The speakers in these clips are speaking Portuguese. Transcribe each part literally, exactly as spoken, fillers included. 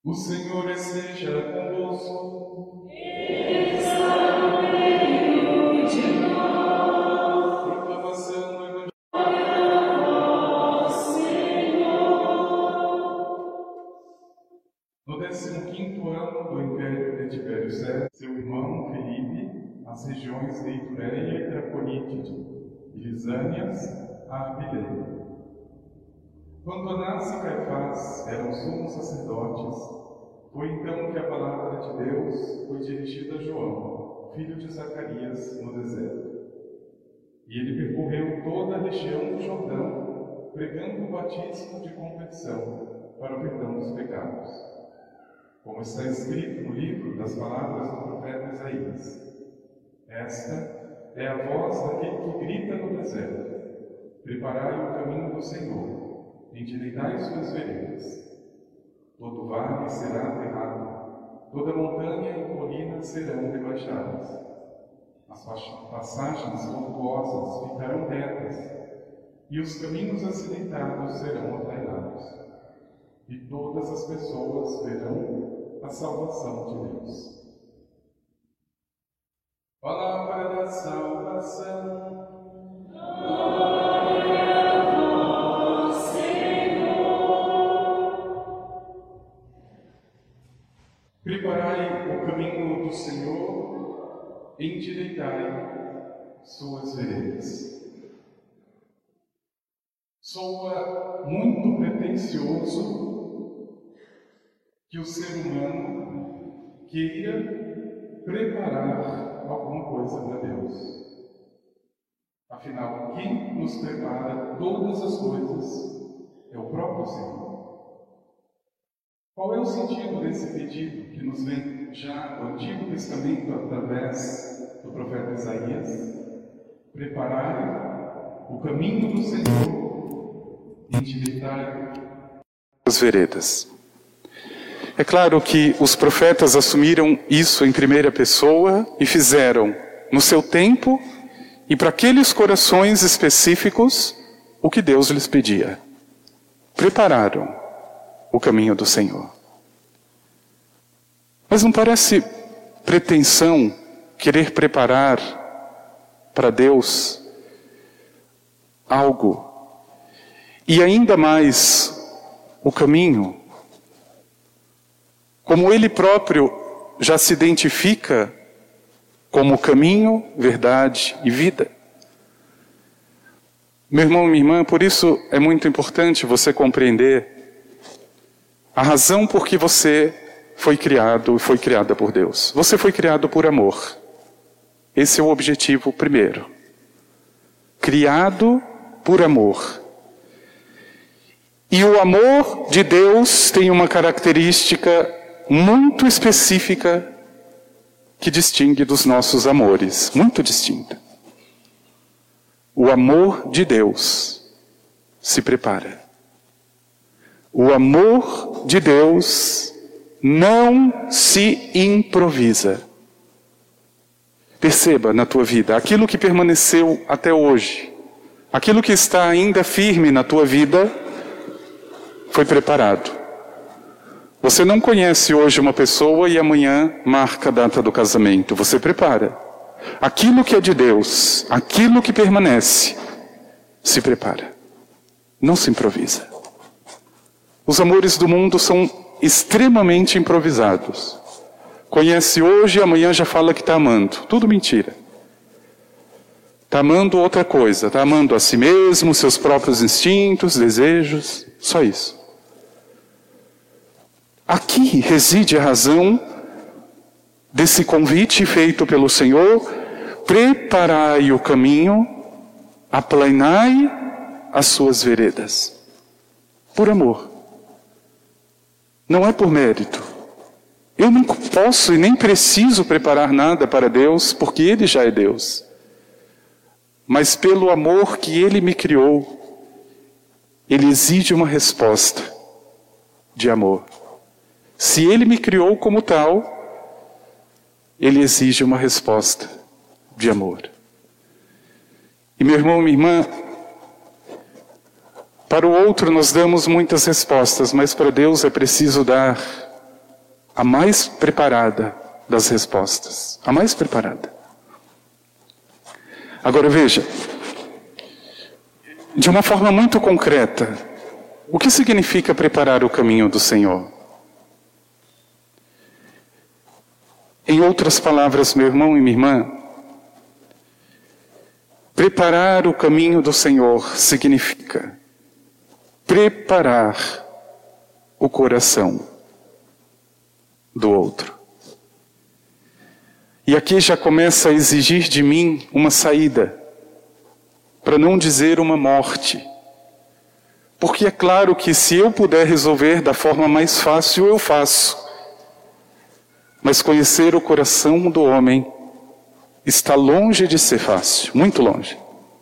O Senhor esteja convosco. Ele está no meio de nós. Proclamação do Evangelho. Glória a vós, Senhor. No décimo quinto ano do Império de Tibério César, seu irmão Filipe, as regiões de Itureia e Traconítide, e Lisânias, a Arbilene. Quando Anás e Caifás eram sumos sacerdotes, foi então que a palavra de Deus foi dirigida a João, filho de Zacarias, no deserto. E ele percorreu toda a região do Jordão, pregando o batismo de conversão para o perdão dos pecados. Como está escrito no livro das palavras do profeta Isaías: esta é a voz daquele que grita no deserto: preparai o caminho do Senhor, endireitai suas veredas. Todo vale será aterrado, toda montanha e colina serão rebaixadas. As passagens tortuosas ficarão retas, e os caminhos acidentados serão aplainados. E todas as pessoas verão a salvação de Deus. Palavra da salvação. Preparai o caminho do Senhor, endireitai suas veredas. Soa muito pretensioso que o ser humano queira preparar alguma coisa para Deus. Afinal, quem nos prepara todas as coisas é o próprio Senhor. Qual é o sentido desse pedido que nos vem já do Antigo Testamento através do profeta Isaías? Preparai o caminho do Senhor, endireitai as veredas. É claro que os profetas assumiram isso em primeira pessoa e fizeram, no seu tempo e para aqueles corações específicos, o que Deus lhes pedia. Prepararam o caminho do Senhor. Mas não parece pretensão querer preparar para Deus algo e ainda mais o caminho, como Ele próprio já se identifica como caminho, verdade e vida. Meu irmão e minha irmã, por isso é muito importante você compreender a razão por que você foi criado e foi criada por Deus. Você foi criado por amor. Esse é o objetivo primeiro. Criado por amor. E o amor de Deus tem uma característica muito específica que distingue dos nossos amores. Muito distinta. O amor de Deus se prepara. O amor de Deus não se improvisa. Perceba na tua vida, aquilo que permaneceu até hoje, aquilo que está ainda firme na tua vida, foi preparado. Você não conhece hoje uma pessoa e amanhã marca a data do casamento. Você prepara. Aquilo que é de Deus, aquilo que permanece, se prepara. Não se improvisa. Os amores do mundo são extremamente improvisados. Conhece hoje e amanhã já fala que está amando. Tudo mentira. Está amando outra coisa. Está amando a si mesmo, seus próprios instintos, desejos. Só isso. Aqui reside a razão desse convite feito pelo Senhor. Preparai o caminho, aplainai as suas veredas. Por amor. Não é por mérito. Eu não posso e nem preciso preparar nada para Deus, porque Ele já é Deus. Mas pelo amor que Ele me criou, Ele exige uma resposta de amor. Se Ele me criou como tal, Ele exige uma resposta de amor. E meu irmão, minha irmã, para o outro nós damos muitas respostas, mas para Deus é preciso dar a mais preparada das respostas. A mais preparada. Agora veja, de uma forma muito concreta, o que significa preparar o caminho do Senhor? Em outras palavras, meu irmão e minha irmã, preparar o caminho do Senhor significa preparar o coração do outro. E aqui já começa a exigir de mim uma saída, para não dizer uma morte. Porque é claro que se eu puder resolver da forma mais fácil, eu faço. Mas conhecer o coração do homem está longe de ser fácil, muito longe.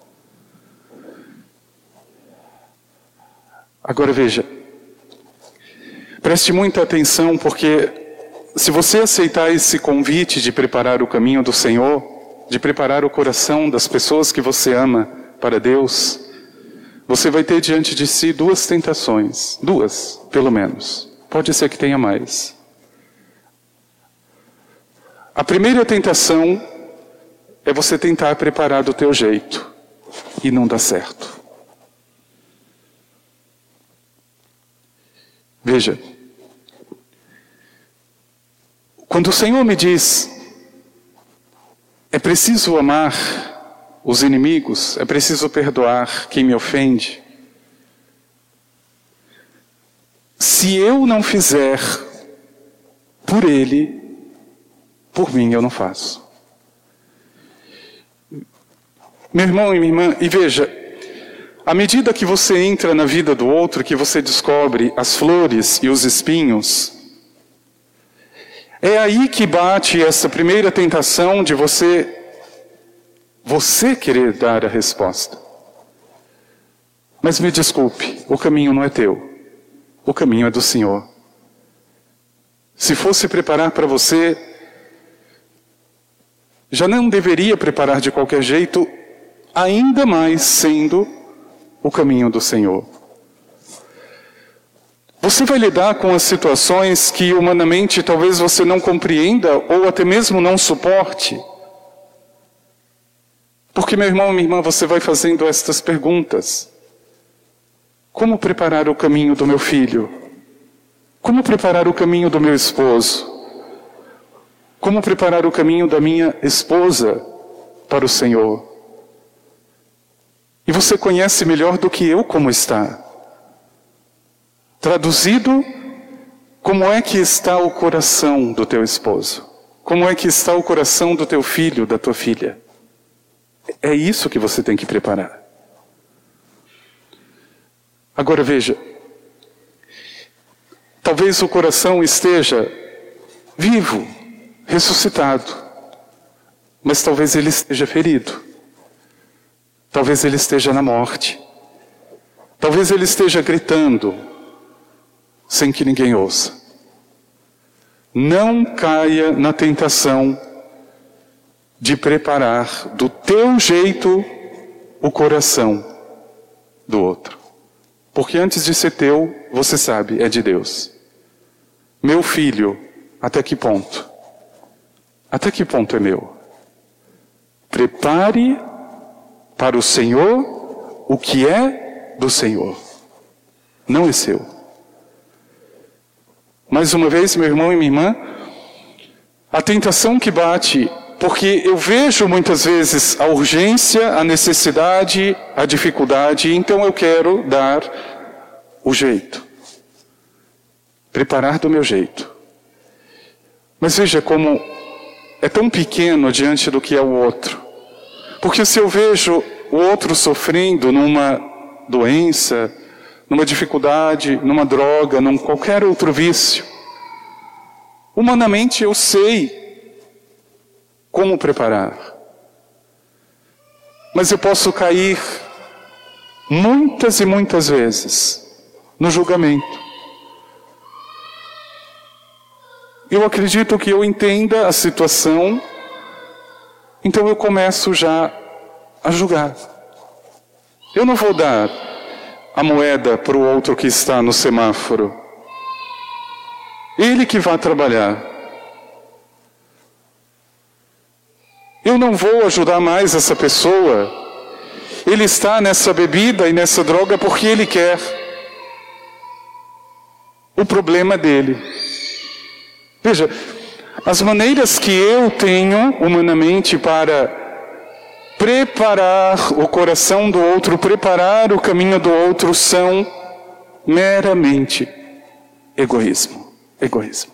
Agora veja, preste muita atenção, porque se você aceitar esse convite de preparar o caminho do Senhor, de preparar o coração das pessoas que você ama para Deus, você vai ter diante de si duas tentações, duas, pelo menos. Pode ser que tenha mais. A primeira tentação é você tentar preparar do teu jeito e não dá certo. Veja, quando o Senhor me diz, é preciso amar os inimigos, é preciso perdoar quem me ofende. Se eu não fizer por ele, por mim eu não faço. Meu irmão e minha irmã, e veja, à medida que você entra na vida do outro, que você descobre as flores e os espinhos, é aí que bate essa primeira tentação de você Você querer dar a resposta. Mas me desculpe, o caminho não é teu. O caminho é do Senhor. Se fosse preparar para você, já não deveria preparar de qualquer jeito, ainda mais sendo o caminho do Senhor. Você vai lidar com as situações que humanamente talvez você não compreenda ou até mesmo não suporte. Porque, meu irmão e minha irmã, você vai fazendo estas perguntas. Como preparar o caminho do meu filho? Como preparar o caminho do meu esposo? Como preparar o caminho da minha esposa para o Senhor? E você conhece melhor do que eu como está. Traduzido, como é que está o coração do teu esposo? Como é que está o coração do teu filho, da tua filha? É isso que você tem que preparar. Agora veja, talvez o coração esteja vivo, ressuscitado, mas talvez ele esteja ferido. Talvez ele esteja na morte. Talvez ele esteja gritando, sem que ninguém ouça. Não caia na tentação de preparar do teu jeito o coração do outro. Porque antes de ser teu, você sabe, é de Deus. Meu filho, até que ponto? Até que ponto é meu? Prepare para o Senhor o que é do Senhor. Não é seu. Mais uma vez, meu irmão e minha irmã, a tentação que bate, porque eu vejo muitas vezes a urgência, a necessidade, a dificuldade, então eu quero dar o jeito. Preparar do meu jeito. Mas veja como é tão pequeno diante do que é o outro. Porque se eu vejo o outro sofrendo numa doença, numa dificuldade, numa droga, num qualquer outro vício, humanamente eu sei como preparar. Mas eu posso cair muitas e muitas vezes no julgamento. Eu acredito que eu entenda a situação, então eu começo já a julgar. Eu não vou dar a moeda para o outro que está no semáforo. Ele que vai trabalhar. Eu não vou ajudar mais essa pessoa. Ele está nessa bebida e nessa droga porque ele quer. O problema é dele. Veja, as maneiras que eu tenho humanamente para preparar o coração do outro, preparar o caminho do outro, são meramente egoísmo. Egoísmo.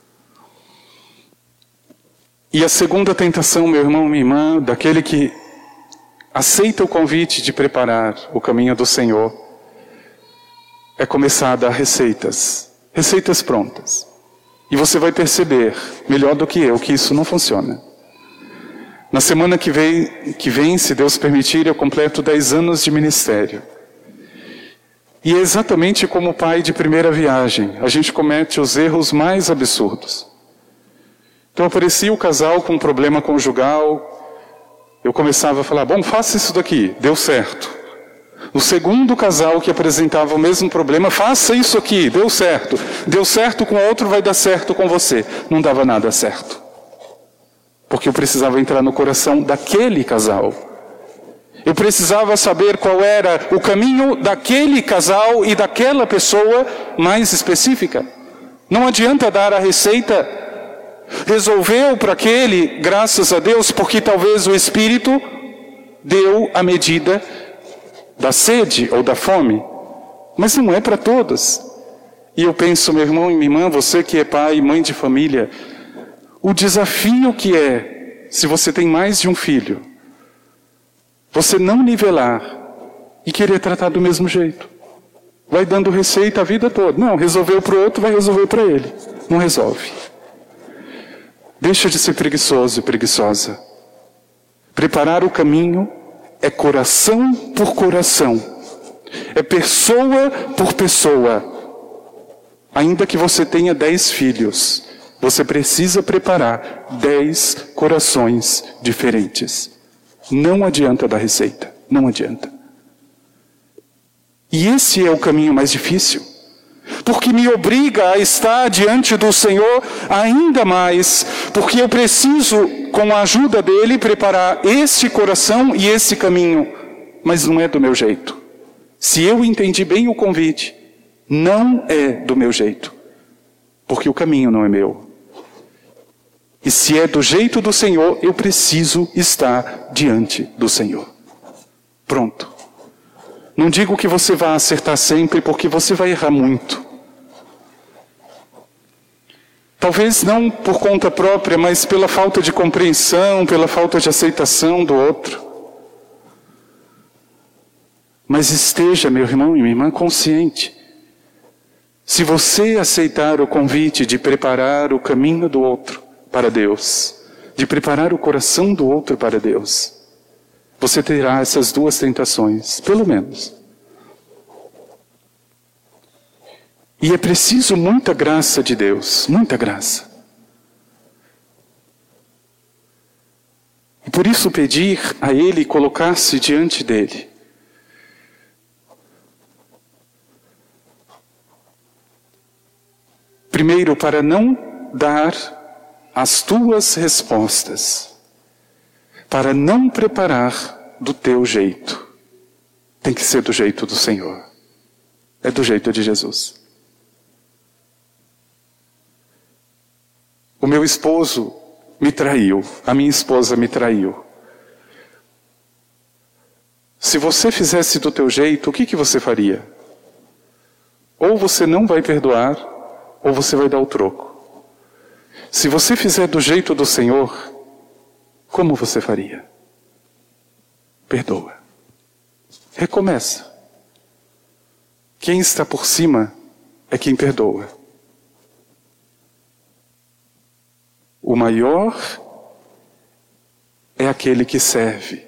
E a segunda tentação, meu irmão, minha irmã, daquele que aceita o convite de preparar o caminho do Senhor, é começar a dar receitas. Receitas prontas. E você vai perceber, melhor do que eu, que isso não funciona. Na semana que vem, que vem, se Deus permitir, eu completo dez anos de ministério. E é exatamente como pai de primeira viagem, a gente comete os erros mais absurdos. Então aparecia o casal com um problema conjugal, eu começava a falar, bom, faça isso daqui, deu certo. O segundo casal que apresentava o mesmo problema, faça isso aqui, deu certo. Deu certo com o outro, vai dar certo com você. Não dava nada certo. Porque eu precisava entrar no coração daquele casal. Eu precisava saber qual era o caminho daquele casal e daquela pessoa mais específica. Não adianta dar a receita. Resolveu para aquele, graças a Deus, porque talvez o Espírito deu a medida da sede ou da fome, mas não é para todos. E eu penso, meu irmão e minha irmã, você que é pai e mãe de família, o desafio que é, se você tem mais de um filho, você não nivelar e querer tratar do mesmo jeito. Vai dando receita a vida toda. Não, resolveu para o outro, vai resolver para ele. Não resolve. Deixa de ser preguiçoso e preguiçosa. Preparar o caminho é coração por coração. É pessoa por pessoa. Ainda que você tenha dez filhos, você precisa preparar dez corações diferentes. Não adianta dar receita. Não adianta. E esse é o caminho mais difícil. Porque me obriga a estar diante do Senhor ainda mais, porque eu preciso, com a ajuda dEle, preparar este coração e esse caminho, mas não é do meu jeito. Se eu entendi bem o convite, não é do meu jeito, porque o caminho não é meu. E se é do jeito do Senhor, eu preciso estar diante do Senhor. Pronto. Não digo que você vai acertar sempre, porque você vai errar muito. Talvez não por conta própria, mas pela falta de compreensão, pela falta de aceitação do outro. Mas esteja, meu irmão e minha irmã, consciente. Se você aceitar o convite de preparar o caminho do outro para Deus, de preparar o coração do outro para Deus, você terá essas duas tentações, pelo menos. E é preciso muita graça de Deus, muita graça. E por isso pedir a Ele colocar-se diante dEle. Primeiro, para não dar as tuas respostas, para não preparar do teu jeito. Tem que ser do jeito do Senhor. É do jeito de Jesus. O meu esposo me traiu, a minha esposa me traiu. Se você fizesse do teu jeito, o que, que você faria? Ou você não vai perdoar, ou você vai dar o troco. Se você fizer do jeito do Senhor, como você faria? Perdoa. Recomeça. Quem está por cima é quem perdoa. O maior é aquele que serve.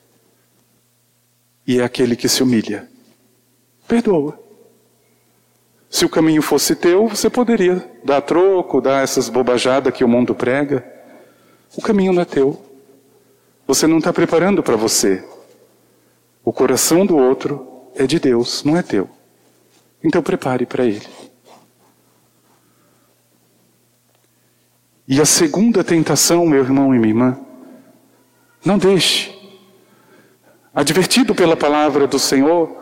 E é aquele que se humilha. Perdoa. Se o caminho fosse teu, você poderia dar troco, dar essas bobajadas que o mundo prega. O caminho não é teu. Você não está preparando para você. O coração do outro é de Deus, não é teu. Então prepare para Ele. E a segunda tentação, meu irmão e minha irmã, não deixe. Advertido pela palavra do Senhor,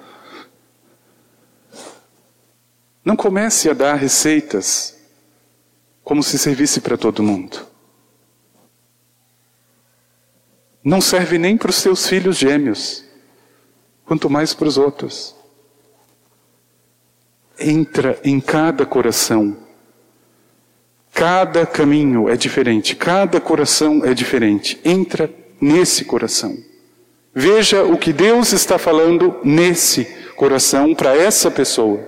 não comece a dar receitas como se servisse para todo mundo. Não serve nem para os seus filhos gêmeos, quanto mais para os outros. Entra em cada coração. Cada caminho é diferente, cada coração é diferente. Entra nesse coração. Veja o que Deus está falando nesse coração para essa pessoa.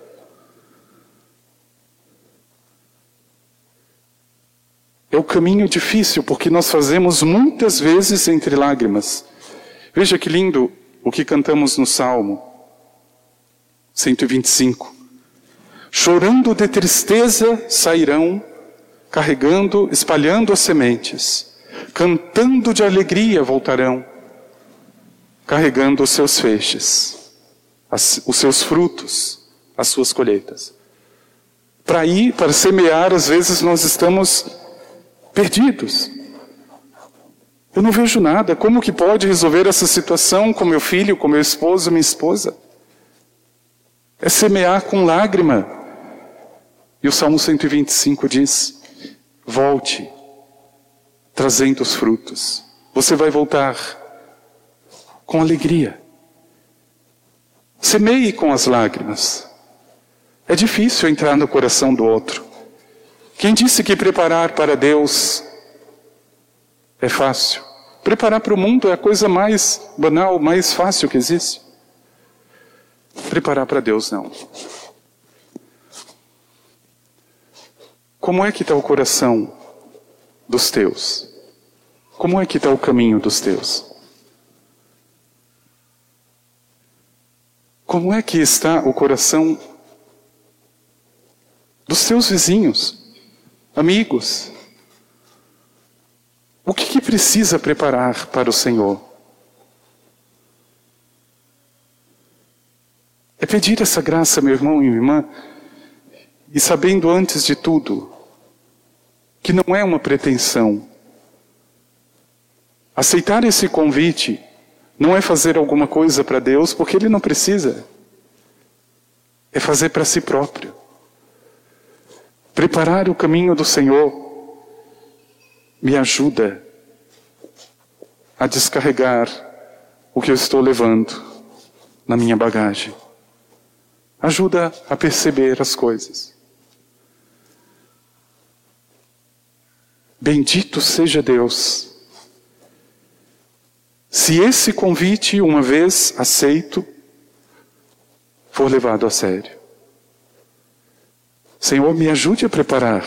É o caminho difícil, porque nós fazemos muitas vezes entre lágrimas. Veja que lindo o que cantamos no Salmo cento e vinte e cinco. Chorando de tristeza sairão, carregando, espalhando as sementes. Cantando de alegria voltarão, carregando os seus feixes, as, os seus frutos, as suas colheitas. Para ir, para semear, às vezes nós estamos perdidos. Eu não vejo nada. Como que pode resolver essa situação com meu filho, com meu esposo, minha esposa? É semear com lágrima. E o Salmo cento e vinte e cinco diz: volte, trazendo os frutos. Você vai voltar com alegria. Semeie com as lágrimas. É difícil entrar no coração do outro. Quem disse que preparar para Deus é fácil? Preparar para o mundo é a coisa mais banal, mais fácil que existe. Preparar para Deus não. Como é que está o coração dos teus? Como é que está o caminho dos teus? Como é que está o coração dos seus vizinhos? Amigos, o que, que precisa preparar para o Senhor? É pedir essa graça, meu irmão e minha irmã, e sabendo antes de tudo, que não é uma pretensão. Aceitar esse convite não é fazer alguma coisa para Deus, porque Ele não precisa. É fazer para si próprio. Preparar o caminho do Senhor me ajuda a descarregar o que eu estou levando na minha bagagem. Ajuda a perceber as coisas. Bendito seja Deus. Se esse convite, uma vez aceito, for levado a sério. Senhor, me ajude a preparar.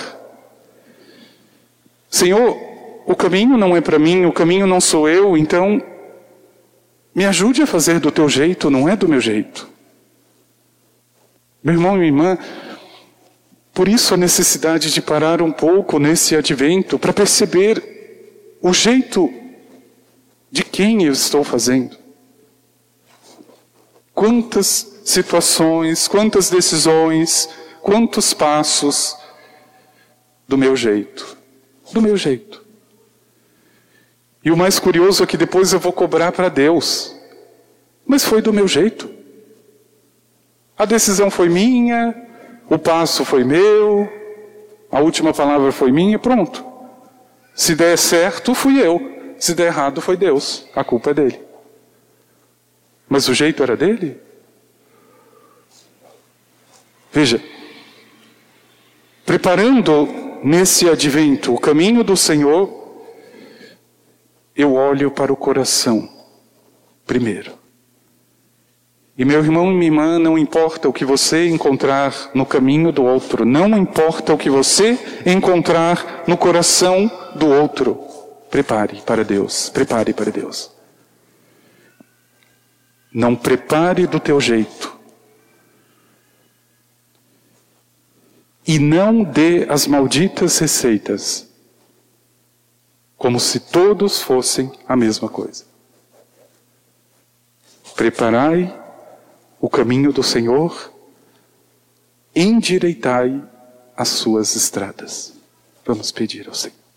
Senhor, o caminho não é para mim, o caminho não sou eu, então me ajude a fazer do teu jeito, não é do meu jeito. Meu irmão e minha irmã, por isso a necessidade de parar um pouco nesse advento para perceber o jeito de quem eu estou fazendo. Quantas situações, quantas decisões, quantos passos do meu jeito. Do meu jeito. E o mais curioso é que depois eu vou cobrar para Deus. Mas foi do meu jeito. A decisão foi minha, o passo foi meu, a última palavra foi minha, pronto. Se der certo, fui eu. Se der errado, foi Deus. A culpa é dele. Mas o jeito era dele? Veja, preparando nesse advento o caminho do Senhor, eu olho para o coração primeiro. E meu irmão e minha irmã, não importa o que você encontrar no caminho do outro, não importa o que você encontrar no coração do outro, prepare para Deus, prepare para Deus. Não prepare do teu jeito. E não dê as malditas receitas, como se todos fossem a mesma coisa. Preparai o caminho do Senhor, endireitai as suas estradas. Vamos pedir ao Senhor.